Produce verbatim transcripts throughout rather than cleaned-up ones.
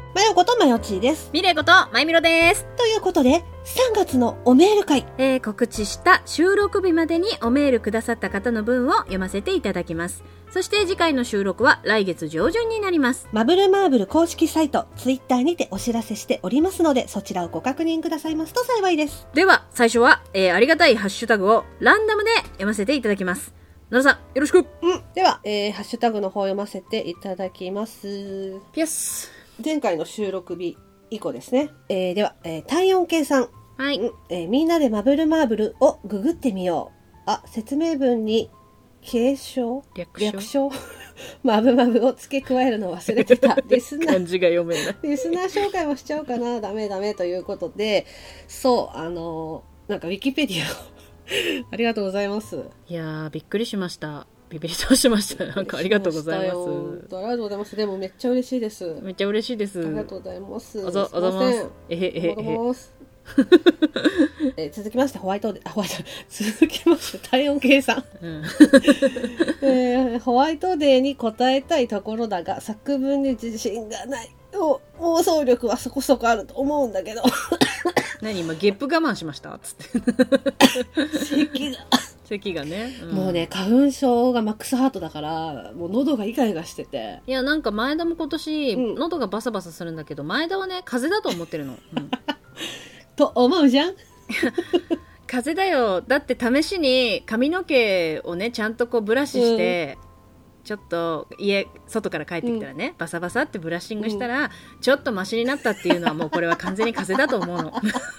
まよことまよちーです。 みれことまゆみろです。 ということで、さんがつのおメール会、 えー、告知した収録日までにおメールくださった方の分を読ませていただきます。そして次回の収録は来月上旬になります。 マブルマーブル公式サイト、ツイッターにてお知らせしておりますので、そちらをご確認くださいますと幸いです。 では、最初は、えー、ありがたいハッシュタグをランダムで読ませていただきます。なるさん、よろしく。 うん。では、えー、ハッシュタグの方読ませていただきます。 ピアス。 前回の収録日以降ですね。えー、では、えー、体温計さん。 はい、 うんえー。みんなでマブルマーブルをググってみよう。あ、説明文に継承略称略称マブマブを付け加えるの忘れてた。リスナー漢字が読めない。 リスナー紹介もしちゃおうかな。ダメダメということで、そう、あのー、なんかウィキペディアをありがとうございます。 いやー、びっくりしました。ビビりとしました。なんかありがとうございます。 ありがとうございます。でもめっちゃ嬉しいです。 めっちゃ嬉しいです。 ありがとうございます。 あざ、あざます。えへへへ。 えー、続きましてホワイトで、あ、ホワイト、続きまして体温計算、うんえー。ホワイトデーに答えたいところだが、作文に自信がない。お妄想力はそこそこあると思うんだけど。 何今ゲップ我慢しましたつって咳が咳がね、 うん、もうね花粉症がマックスハートだからもう喉がイガイガしてて、 いやなんか前田も今年、うん、喉がバサバサするんだけど前田はね風邪だと思ってるの、うん、 と思うじゃん風邪だよ。だって試しに髪の毛をねちゃんとこうブラシして、うんちょっと家外から帰ってきたらね、うん、バサバサってブラッシングしたら、うん、ちょっとマシになったっていうのはもうこれは完全に風邪だと思うの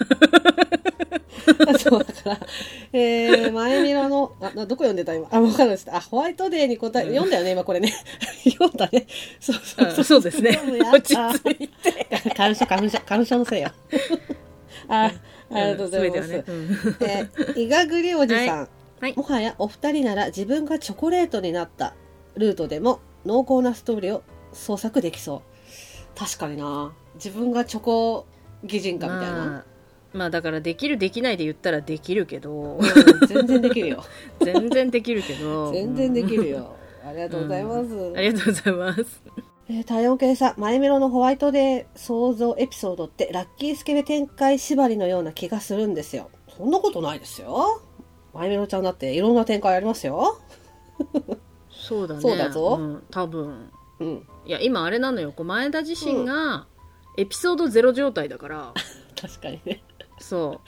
そうだから、えー、前見ろのあどこ読んでた今あ分かるんですあホワイトデーに答え、うん、読んだよね今これね読んだねそうそうそう、 そうですね落ち着いて花粉症花粉症花粉症のせいよあありがとうございます、 ねうんえー、イガグリおじさん、はいはい、 もはやお二人なら自分がチョコレートになったルートでも濃厚なストーリーを創作できそう。確かにな。自分がチョコ擬人化みたいな、まあ、 まあだからできるできないで言ったらできるけど、 うん、全然できるよ全然できるけど全然できるよ、うん、ありがとうございます、うん、 ありがとうございます。 えー、体温計さマイメロのホワイトデー創造エピソードってラッキースケベ展開縛りのような気がするんですよ。そんなことないですよ。マイメロちゃんだっていろんな展開ありますよそうだね。 そうだぞ。 うん、多分。 うん。 いや、今あれなのよ。こう前田自身がエピソードゼロ状態だから。 確かにね。 そう。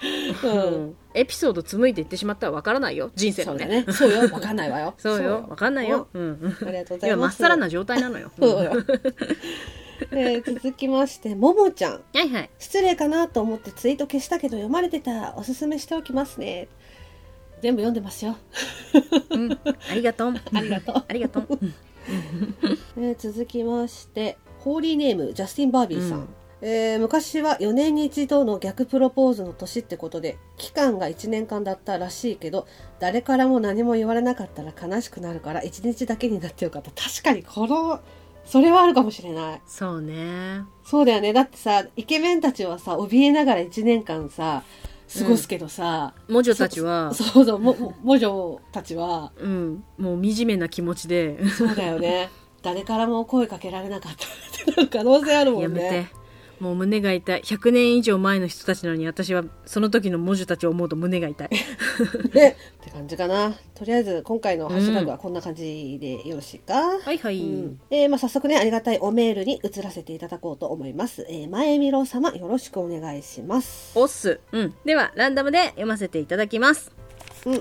うん。エピソード紡いでいってしまったらわからないよ。人生のね。 そうだね。そうよ。わかんないわよ。 そうよ。わかんないよ。うん。 ありがとうございます。 今まっさらな状態なのよ。 そうよ。えー、続きまして、ももちゃん。 はいはい。 失礼かなと思ってツイート消したけど読まれてた。おすすめしておきますね。全部読んでますよ、 うん、ありがとうありがとうありがとう、 えー、続きましてホーリーネームジャスティン・バービーさん、うんえー、昔はよねんに一度の逆プロポーズの年ってことで期間がいちねんかんだったらしいけど誰からも何も言われなかったら悲しくなるからいちにちだけになってよかった。確かにこのそれはあるかもしれない。 そうね。 そうだよね。だってさイケメンたちはさ怯えながらいちねんかんさ過ごすけどさ、 うん、魔女たちはそそうそうも魔女たちは、 うん、もう惨めな気持ちでそうだよね誰からも声かけられなかったってなる可能性あるもんね。 やめてもう胸が痛い。ひゃくねん以上前の人たちなのに私はその時の魔女たちを思うと胸が痛いねって感じかな。とりあえず今回のハッシュタグはこんな感じでよろしいか、うん、 はいはい、 うんえーまあ、早速ねありがたいおメールに移らせていただこうと思います、えー、前みろ様よろしくお願いします。 おっす、うん、ではランダムで読ませていただきます。 うん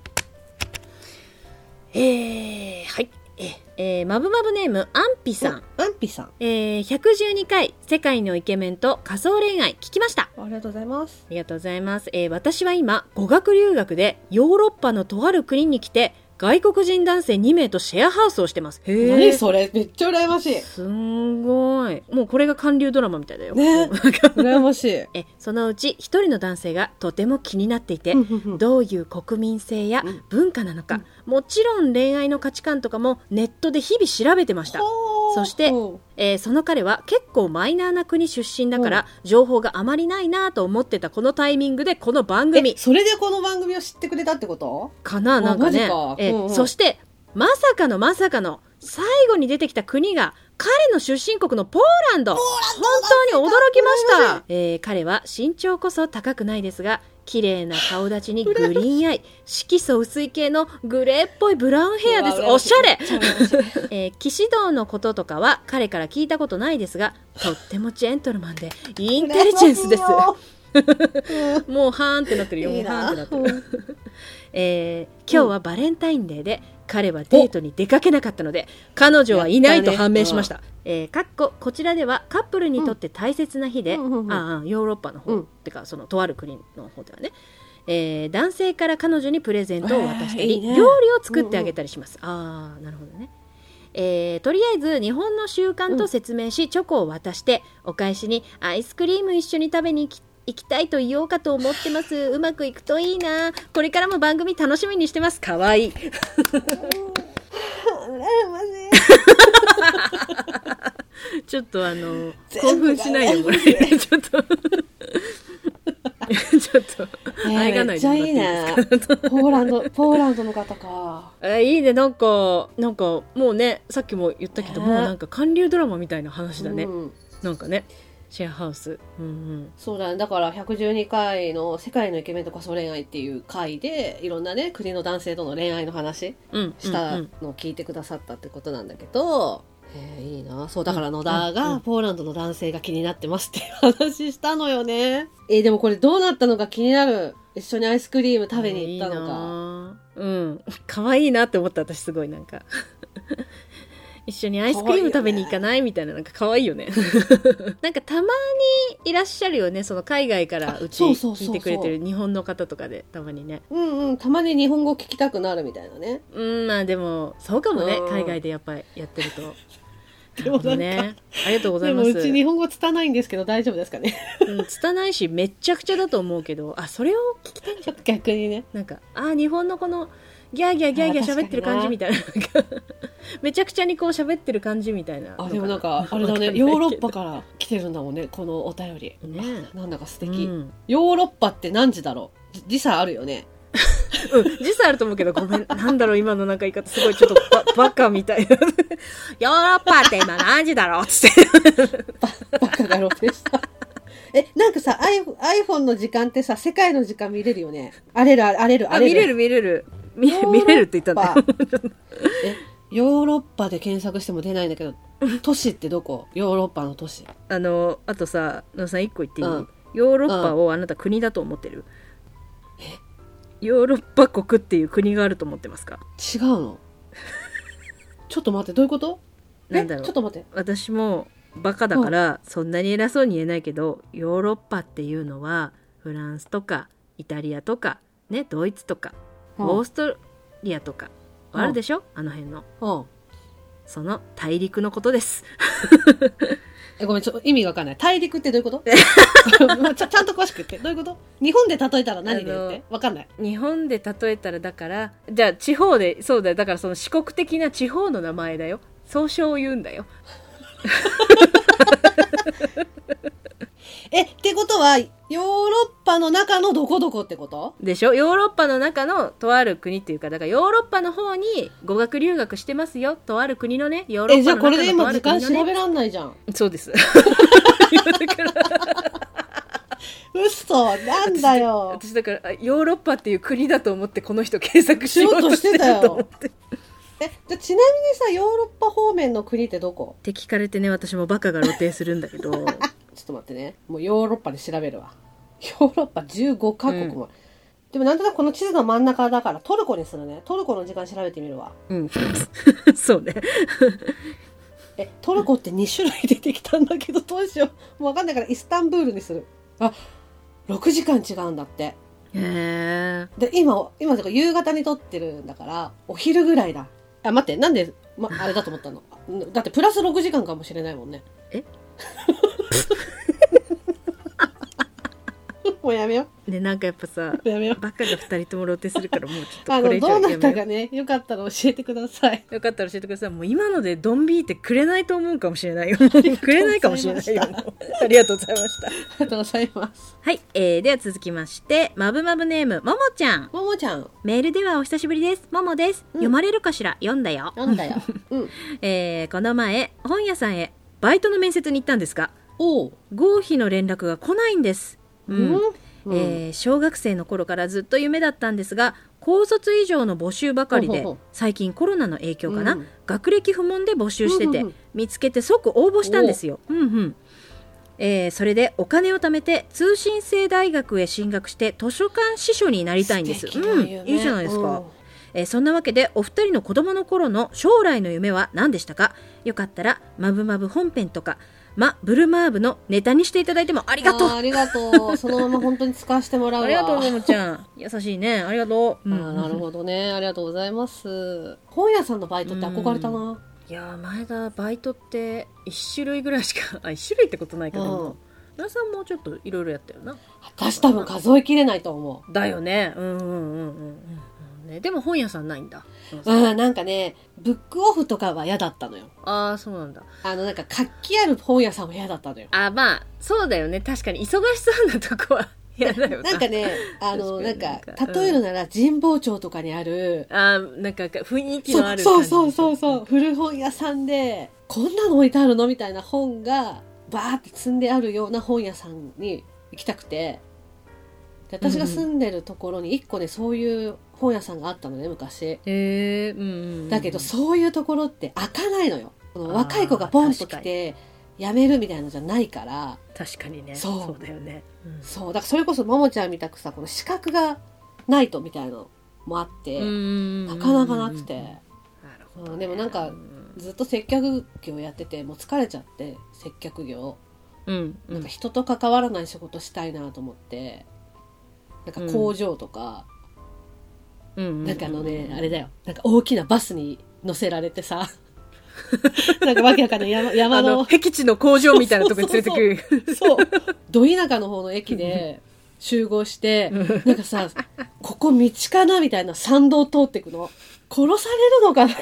えー、はいえー、マブマブネームアンピさん。 アンピさん、 えー、ひゃくじゅうにかい世界のイケメンと仮想恋愛聞きました。 ありがとうございます。 ありがとうございます、えー、私は今語学留学でヨーロッパのとある国に来て外国人男性にめいとシェアハウスをしてます。へー、 何それめっちゃ羨ましい。 すんごい。もうこれが韓流ドラマみたいだよね羨ましい。 えそのうち一人の男性がとても気になっていてどういう国民性や文化なのか、うん、もちろん恋愛の価値観とかもネットで日々調べてました。そして、えー、その彼は結構マイナーな国出身だから情報があまりないなと思ってたこのタイミングでこの番組、 それでこの番組を知ってくれたってことかな。なんかね、えーうんうん、そしてまさかのまさかの最後に出てきた国が彼の出身国のポーランド。本当に驚きました。えー、彼は身長こそ高くないですが、綺麗な顔立ちにグリーンアイ、色素薄い系のグレーっぽいブラウンヘアです。おしゃれ、えー、騎士道のこととかは彼から聞いたことないですが、とってもジェントルマンでインテリジェンスです。もうはーんってなってるよ。もうはーんってなってる。えー、今日はバレンタインデーで、彼はデートに出かけなかったので彼女はいないと判明しました。えー、かっここちらではカップルにとって大切な日で、うん、ああヨーロッパの方、うん、ってかそのとある国の方ではね、えー、男性から彼女にプレゼントを渡したり、えーいいね、料理を作ってあげたりします。うんうん、ああなるほどね。えー、とりあえず日本の習慣と説明し、うん、チョコを渡してお返しにアイスクリーム一緒に食べに行き行きたいと言おうかと思ってます。うまくいくといいな。これからも番組楽しみにしてます。かわいい。ちょっとあの興奮しないでもらえる。ちょっとちょっと愛がないでもらっていいですか。 ポーランドポーランドの方か。 えいいね。なんかなんかもうねさっきも言ったけど、もうなんか韓流ドラマみたいな話だね。うん、なんかね。シェアハウス、うんうん、 そうだね。だからひゃくじゅうにかいの世界のイケメンと仮想恋愛っていう回でいろんなね国の男性との恋愛の話したのを聞いてくださったってことなんだけど、えー、いいな。そうだから野田がポーランドの男性が気になってますっていう話したのよね。えー、でもこれどうなったのか気になる。一緒にアイスクリーム食べに行ったのか。 いいうん可愛いなって思った。私すごいなんか一緒にアイスクリーム食べに行かない、ね、みたいな、なんか可愛いよね。なんかたまにいらっしゃるよね。その海外からうち聞いてくれてる日本の方とかでたまにね。 うんうん。たまに日本語聞きたくなるみたいなね。 うんまあでもそうかもね。海外でやっぱりやってると。でもね。ありがとうございます。 でもうち日本語拙いんですけど大丈夫ですかね。 うん、拙いしめっちゃくちゃだと思うけど、あそれを聞きたいんじゃん。 逆にね。 なんかあ日本のこのギャーギャーギャーギャー喋ってる感じみたいな。めちゃくちゃにこう喋ってる感じみたいな。 あでもなんかあれだね。ヨーロッパから来てるんだもんね。このお便り。ね。なんだか素敵、うん。ヨーロッパって何時だろう。時差あるよね。 うん時差あると思うけどごめん。なんだろう今のなんか言い方すごいちょっとババカみたいな。ヨーロッパって今何時だろうつって。 ババカだろうでした。え、なんかさ、iPhone の時間ってさ、世界の時間見れるよね。あれる、あれる、 あれる。あ、見れる、見れる。見れるって言ったんだよ。 え、ヨーロッパで検索しても出ないんだけど、都市ってどこ？ヨーロッパの都市。 あの、あとさ、野田さん一個言っていい？うん、ヨーロッパをあなた国だと思ってる？ え？ ヨーロッパ国っていう国があると思ってますか？ 違うの？ちょっと待って、どういうこと？ なんだろう。 ちょっと待って。 私もバカだからそんなに偉そうに言えないけど、ヨーロッパっていうのはフランスとかイタリアとかね、ドイツとかオーストリアとかあるでしょ、あの辺のその大陸のことです。 えごめんちょ意味がわかんない。大陸ってどういうこと？ちゃ, ちゃんと詳しく言って。どういうこと？日本で例えたら何で言って？わかんない。 日本で例えたらだからじゃあ地方でそうだよ。だからその四国的な地方の名前だよ。総称を言うんだよ。 えってことはヨーロッパの中のどこどこってことでしょ。ヨーロッパの中のとある国っていうか、だからヨーロッパの方に語学留学してますよ。とある国のね、ヨーロッパの中のとある国の、ね、えじゃあこれで今時間調べらんないじゃん。 そうです。 嘘なんだよ。 私だからヨーロッパっていう国だと思ってこの人検索しようとしてたと思って。 えじゃちなみにさヨーロッパ方面の国ってどこって聞かれてね、私もバカが露呈するんだけど。ちょっと待ってね。もうヨーロッパで調べるわ。ヨーロッパじゅうごカ国も、うん、でもなんとなくこの地図の真ん中だからトルコにするね。トルコの時間調べてみるわ。 うんそうね。 えトルコってに種類出てきたんだけどどうしよう。もう分かんないからイスタンブールにする。あろくじかん違うんだって。 へえ。 で今今だから夕方に撮ってるんだからお昼ぐらいだ。あ待ってなんで、ま、あれだと思ったの。だってプラスろくじかんかもしれないもんね。 えもうやめよでなんかやっぱさう。やめよう。 バカがふたりとも露呈するからもうちょっとあの、 これ以上どうなったやめよかね、よかったら教えてください。 う。よかったら教えてください。もう今のでドンビーってくれないと思うかもしれないよ。くれないかもしれないよ。ありがとうございました。 ありがとうございます。 はい、えー、では続きましてまぶまぶネームももちゃん。 ももちゃん。 メールではお久しぶりです。ももです。 うん読まれるかしら。読んだよ。 なんだよ。うん。 えー、この前本屋さんへバイトの面接に行ったんですが、 おう。 合否の連絡が来ないんです。うん。 うんえー小学生の頃からずっと夢だったんですが、高卒以上の募集ばかりで、 ほうほうほう最近コロナの影響かな、 うん学歴不問で募集してて、 うんうんうん見つけて即応募したんですよ。うんうんえーそれでお金を貯めて通信制大学へ進学して図書館司書になりたいんです。 素敵なうん、 夢いいじゃないですか。 うんえーそんなわけでお二人の子供の頃の将来の夢は何でしたか？よかったらまぶまぶ本編とかまブルマーブのネタにしていただいてもありがとう。 あーありがとう。そのまま本当に使わせてもらうわ。 ありがとうももちゃん、優しいね、ありがとう。 あーなるほどね。ありがとうございます。本屋さんのバイトって憧れたな。 いやー前田バイトって一種類ぐらいしかあ一種類ってことないけど、 うん皆さんもうちょっといろいろやったよな。 私多分数えきれないと思だよね。うんうんうんうんうん、ね、でも本屋さんないんだ。 う。うん、なんかね、ブックオフとかは嫌だったのよ。 ああそうなんだ。 あの、なんか活気ある本屋さんは嫌だったのよ。 あまあそうだよね、確かに忙しそうなとこは嫌だよな。 なんかね、あの、なん確かにかなんか、 例えるなら神保町とかにある、 あーなんか雰囲気そのある感じ。 うそうそうそうそう、古本屋さんで、こんなの置いてあるのみたいな本が、バーって積んであるような本屋さんに行きたくて、で私が住んでるところに一個ね、そういう本屋さんがあったのね、昔。 へえ、うんうんうん、 だけど、そういうところって開かないのよ。このあー若い子がポンと来て、辞めるみたいなのじゃないから、 確かにね。 そうそうだよね。うんそう、だからそれこそももちゃんみたくさ、この資格がないとみたいなのもあって、なかなかなくて、 なるほどね、 うんでもなんかうんずっと接客業やってて、もう疲れちゃって、接客業。 うんうなんか人と関わらない仕事したいなと思って、なんか工場とか、 うんうん、 なんかあのね、あれだよ、なんか大きなバスに乗せられてさ、なんかわけわかんない山山あのの、 僻地の工場みたいなところに連れてくる。 そう、ど田舎の方の駅で集合して、なんかさ、ここ道かなみたいな参道通ってくの。殺されるのかな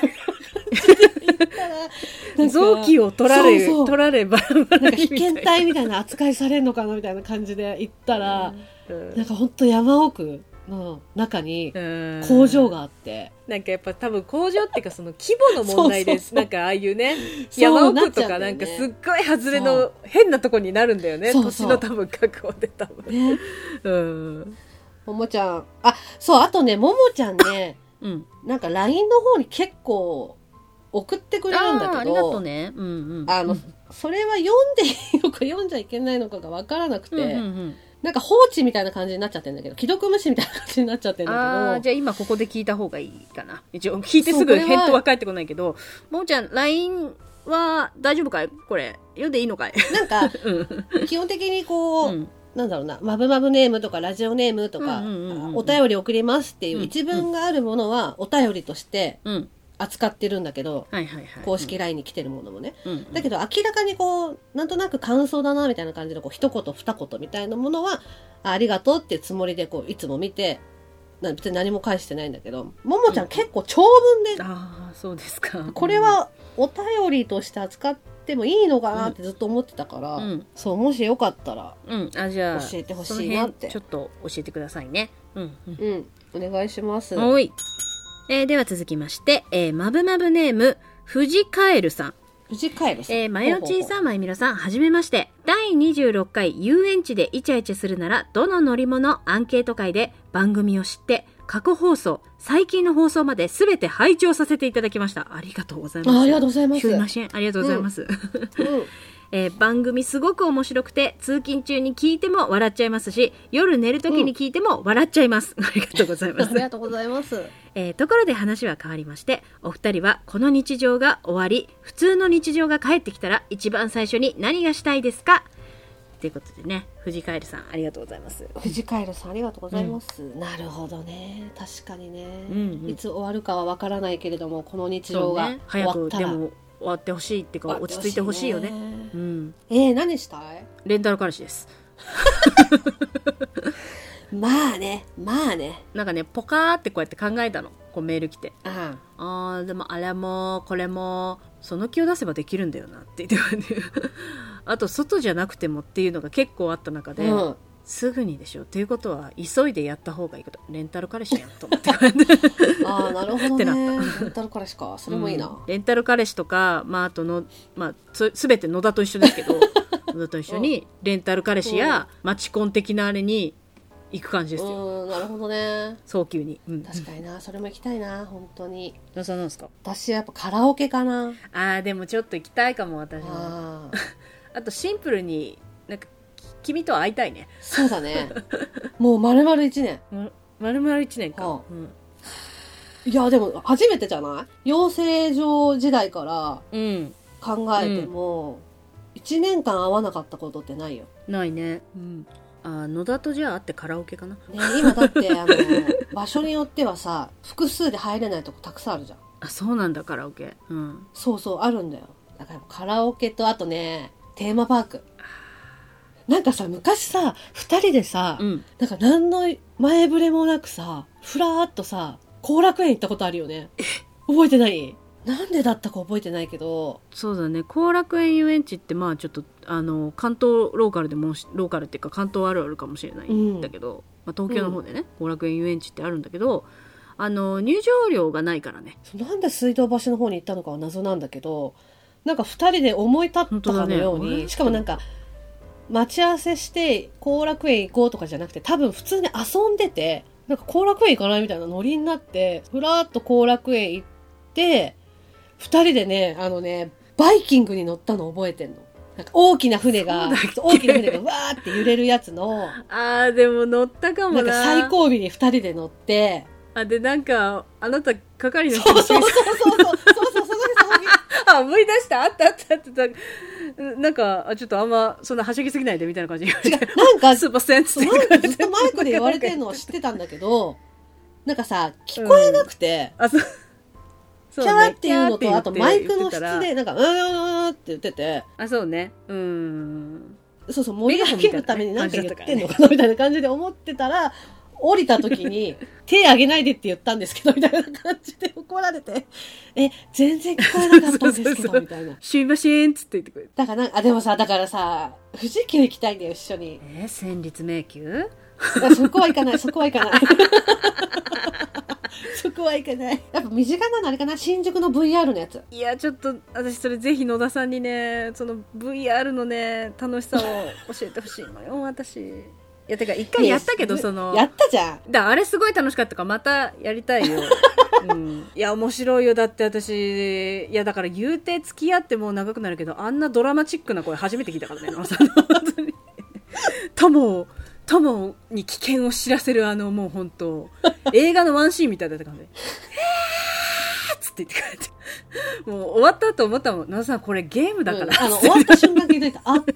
なんか臓器を取られそうそう取らればなんか被験体みたいな扱いされるのかなみたいな感じで行ったら、なんかほんと山奥の中に工場があって、 なんかやっぱ多分工場っていうかその規模の問題です。 そうそうそうなんかああいうね、 そう山奥となっちゃかうんだよねなんかすっごい外れの変なとこになるんだよね。 そう土そう地の多分確保で多分。 ね、 うん。 ももちゃん、あ、そう、あとね、ももちゃんね、 うん。 なんか ライン の方に結構送ってくれるんだけど、 あーありがとうね。うんうん。 あの、 うんそれは読んでいいのか読んじゃいけないのかがわからなくて、 うんうんうん、 なんか放置みたいな感じになっちゃってるんだけど、既読無視みたいな感じになっちゃってるんだああ、 けど、 じゃあ今ここで聞いた方がいいかな。一応聞いてすぐそうこれは返答は返ってこないけど、ももちゃん ライン は大丈夫かい？これ読んでいいのかい？ なんか、 うん基本的にこう、 うんなんだろうな、まぶまぶネームとかラジオネームとか、 うんうんうんうんお便り送りますっていううん一文があるものはお便りとしてうん。 扱ってるんだけど、 はいはいはい。 公式 ライン に来てるものもね。 うんうんだけど明らかにこう、なんとなく感想だなみたいな感じでこう一言二言みたいなものは、あありがとうっていうつもりでこういつも見て、な別に何も返してないんだけど、ももちゃん結構長文で、 ああ、そうですか。 これはお便りとして扱ってもいいのかなってずっと思ってたから、 うんそう、もしよかったら、 うん、あ、じゃあ、 教えてほしいそのなって辺ちょっと教えてくださいね。うん、うん。 うん、お願いします。 おい。えーでは続きまして、えー、まぶまぶネーム、藤カエルさん。 藤カエルさん。 えー、まよちんさん、まゆみろさん、はじめまして。だいにじゅうろっかい遊園地でイチャイチャするなら、どの乗り物アンケート会で番組を知って、過去放送、最近の放送まで全て拝聴させていただきました。ありがとうございます。 あありがとうございます。 すいません。ありがとうございます。 うんえー番組すごく面白くて、通勤中に聞いても笑っちゃいますし、夜寝る時に聞いても笑っちゃいます。ありがとうございますあり。がとうございます。 えーところで話は変わりまして、お二人はこの日常が終わり、普通の日常が帰ってきたら一番最初に何がしたいですか？ということでね、藤カエルさんありがとうございます。 藤カエルさんありがとうございます。なるほどね。確かにね、 うんうんいつ終わるかはわからないけれども、この日常がそうね、 終早わったら、 くでも終わってほしいっていうか落ち着いてほしいよね。うん、 えー、何したい？ レンタル彼氏です。 まあねまあねなんかねポカーってこうやって考えたの、こうメール来て、 ああーでもあれもこれもその気を出せばできるんだよなって言ってあと外じゃなくてもっていうのが結構あった中で、うん、すぐにでしょっていうことは急いでやった方がいいこと、レンタル彼氏やんと思ってああなるほどねってなったレンタル彼氏か、それもいいな、 うん、レンタル彼氏とか、まあ、あとの、まあ、すべて野田と一緒ですけど野田と一緒にレンタル彼氏やマチコン的なあれに行く感じですよ。 うん、なるほどね。 早急に、 うん、確かにな、それも行きたいな本当に。 野田さんなんですか？ 私はやっぱカラオケかな。 あーでもちょっと行きたいかも私も。ああとシンプルになんか君とは会いたいね。 そうだねもう丸々いちねん丸々いちねんか、はあうん、 いやでも初めてじゃない？養成所時代から考えても、うん、いちねんかん会わなかったことってないよ。 ないね、うん、あ野田とじゃあ会ってカラオケかな、ね、 今だってあの場所によってはさ複数で入れないとこたくさんあるじゃん。 あそうなんだ、カラオケ、うん、 そうそうあるんだよ。だからカラオケとあとねテーマパーク。なんかさ昔さふたりでさ、うん、なんか何の前触れもなくさふらーっとさ後楽園行ったことあるよね。覚えてない？なんでだったか覚えてないけど。 そうだね、後楽園遊園地ってまあちょっとあの関東ローカルでもローカルっていうか関東あるあるかもしれないんだけど、うんまあ、東京の方でね、うん、後楽園遊園地ってあるんだけどあの入場料がないからね。 なんで水道橋の方に行ったのかは謎なんだけど、なんかふたりで思い立ったかのように、ね、しかもなんか待ち合わせして後楽園行こうとかじゃなくて多分普通に遊んでてなんか後楽園行かないみたいなノリになってふらーっと後楽園行ってふたりでねあのねバイキングに乗ったの覚えてんの。なんか大きな船が大きな船がわーって揺れるやつのあーでも乗ったかもな。 なんか最後尾にふたりで乗ってあでなんかあなた係の人そうそうそうそうそうそうそうそうあ思い出したあったあったあったなんかちょっとあんまそんなはしゃぎすぎないでみたいな感じで違うなんかスーパーセンツってなんかずっとマイクで言われてるのを知ってたんだけどなんかさ聞こえなくて、うん、あそうキャーっていうのとあとマイクの質でなんかうーんって言っててあそうねうんそうそう盛り上げるために何か言ってんのかなみたいな感じで思ってたら降りた時に手上げないでって言ったんですけどみたいな感じで怒られてえ全然聞こえなかったんですけどそうそうそうみたいなすいませんっつって言ってくれる。 だからあでもさだからさ富士急行きたいんだよ一緒に。 えー、戦慄迷宮そこは行かないそこは行かないそこは行かない。やっぱ身近なのあれかな新宿の ブイアール のやつ。 いやちょっと私それぜひ野田さんにねその ブイアール のね楽しさを教えてほしいのよ私。いやてか一回やったけどそのやったじゃん。 だあれすごい楽しかったからまたやりたいよ、うん、いや面白いよ。だって私いやだから言うて付き合ってもう長くなるけどあんなドラマチックな声初めて聞いたからね野田さんの本当に友を友に危険を知らせるあのもう本当映画のワンシーンみたいだったからねえーっつって言ってくれてもう終わったと思ったもん野田さんこれゲームだから、 うん、あの終わった瞬間気づいたあって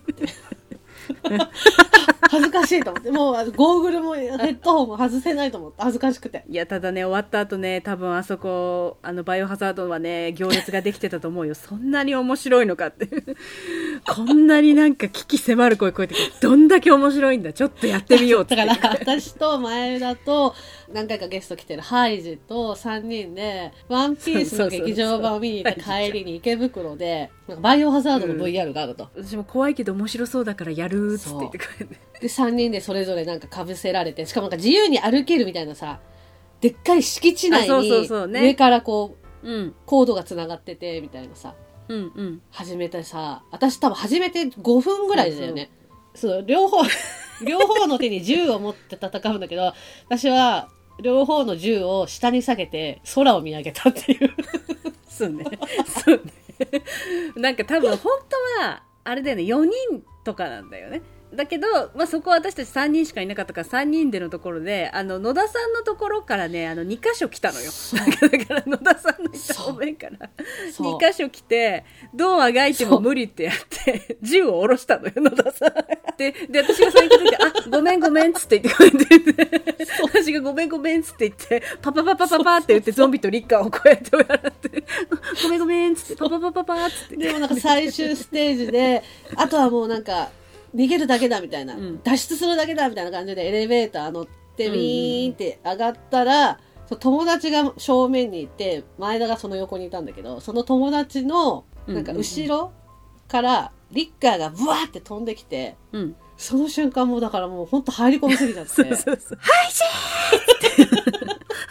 恥ずかしいと思ってもうゴーグルもヘッドホンも外せないと思って恥ずかしくて。 いやただね終わった後ね多分あそこあのバイオハザードはね行列ができてたと思うよそんなに面白いのかってこんなになんか危機迫る声聞こえてくるどんだけ面白いんだちょっとやってみようってだから私と前田と何回かゲスト来てるハイジとさんにんでワンピースの劇場版を見に行った帰りに池袋でなんかバイオハザードの ブイアール があると、 うん、私も怖いけど面白そうだからやるっつって言ってくれてでさんにんでそれぞれなんかかぶせられてしかもなんか自由に歩けるみたいなさでっかい敷地内に上からこう、うん、コードがつながっててみたいなさ、うんうん、始めてさ私多分始めてごふんぐらいだよね。そうそうそう両方両方の手に銃を持って戦うんだけど私は両方の銃を下に下げて空を見上げたっていうそうねそうねなんか多分本当はあれだよねよにんとかなんだよね。だけど、まあ、そこは私たちさんにんしかいなかったからさんにんでのところであの野田さんのところからねあのにか所来たのよ。だから野田さんのいた方面からにか所来てどうあがいても無理ってやって銃を下ろしたのよ野田さんで, で私がそれ聞いてあごめんごめんっつって言ってこうやって私がごめんごめんっつって言ってパパパパパパって言ってゾンビとリッカーをこうやって笑ってごめんごめんっつってパパパパパっつってでもなんか最終ステージであとはもうなんか逃げるだけだみたいな、うん、脱出するだけだみたいな感じでエレベーター乗っってウィーンって上がったら、うん、友達が正面にいて前田がその横にいたんだけど、その友達のなんか後ろからリッカーがブワーって飛んできて、うん、その瞬間もだからもうほんと入り込みすぎちゃってそうそうそう、はいしーって危ない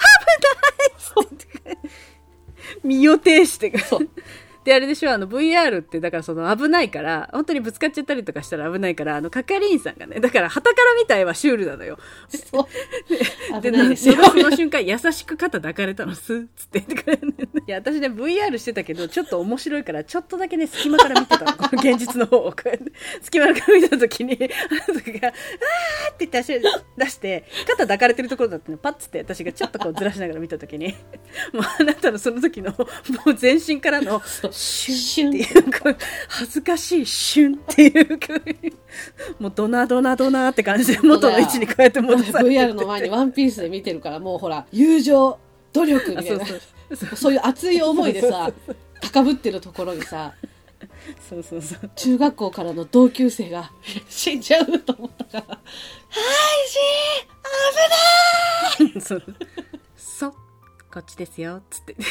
って身を挺してそうで、あれでしょ、あの ブイアール ってだからその危ないから、本当にぶつかっちゃったりとかしたら危ないから、あの係員さんがね、だから旗から見た絵はシュールなのよ。そう。で、でその瞬間優しく肩抱かれたの、スーッつって。いや、私ね ブイアール してたけど、ちょっと面白いから、ちょっとだけね、隙間から見てたの。この現実の方を。隙間から見たときに、あの時が、あーって言って足出して、肩抱かれてるところだったの、パッつって私がちょっとこうずらしながら見たときに、もうあなたのその時の、もう全身からの、シュンっていう恥ずかしいシュンっていうもうドナドナドナって感じで元の位置にこうやって戻されててブイアール の前にワンピースで見てるから、もうほら友情努力みたいなそうそうそうそういう熱い思いでさ高ぶってるところにさそうそうそう中学校からの同級生が死んじゃうと思ったからはいし危ないそうそうこっちですよつって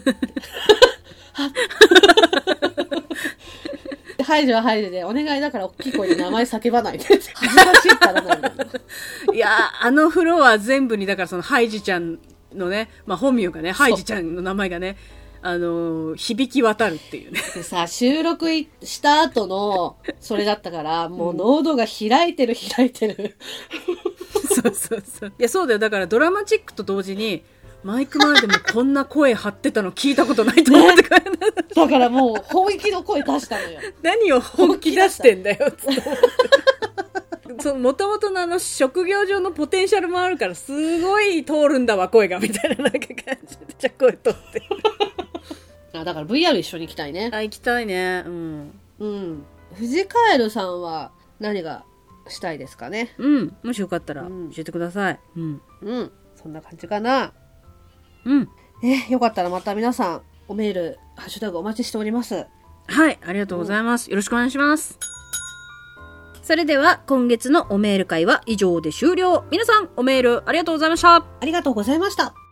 ハイジはハイジでお願いだから大きい声で名前叫ばないで恥ずかしいからなんだいやあのフロア全部にだからそのハイジちゃんのね、まあ、本名がねハイジちゃんの名前がねあのー、響き渡るっていうねでさ収録した後のそれだったからもう喉が開いてる開いてるそうそうそういやそうだよだからドラマチックと同時にマイク前でもこんな声張ってたの聞いたことないと思ってから、ね、 だからもう本気の声出したのよ何を本気出してんだよつってもともとのあの職業上のポテンシャルもあるからすごい通るんだわ声がみたいななんか感じでじゃ声通ってあだから ブイアール 一緒に行きたいねあ行きたいねうんうん藤カエルさんは何がしたいですかねうんもしよかったら教えてくださいうん、 うん、そんな感じかなうんねよかったらまた皆さんおメールハッシュタグお待ちしておりますはいありがとうございます、うん、よろしくお願いしますそれでは今月のおメール会は以上で終了皆さんおメールありがとうございましたありがとうございました。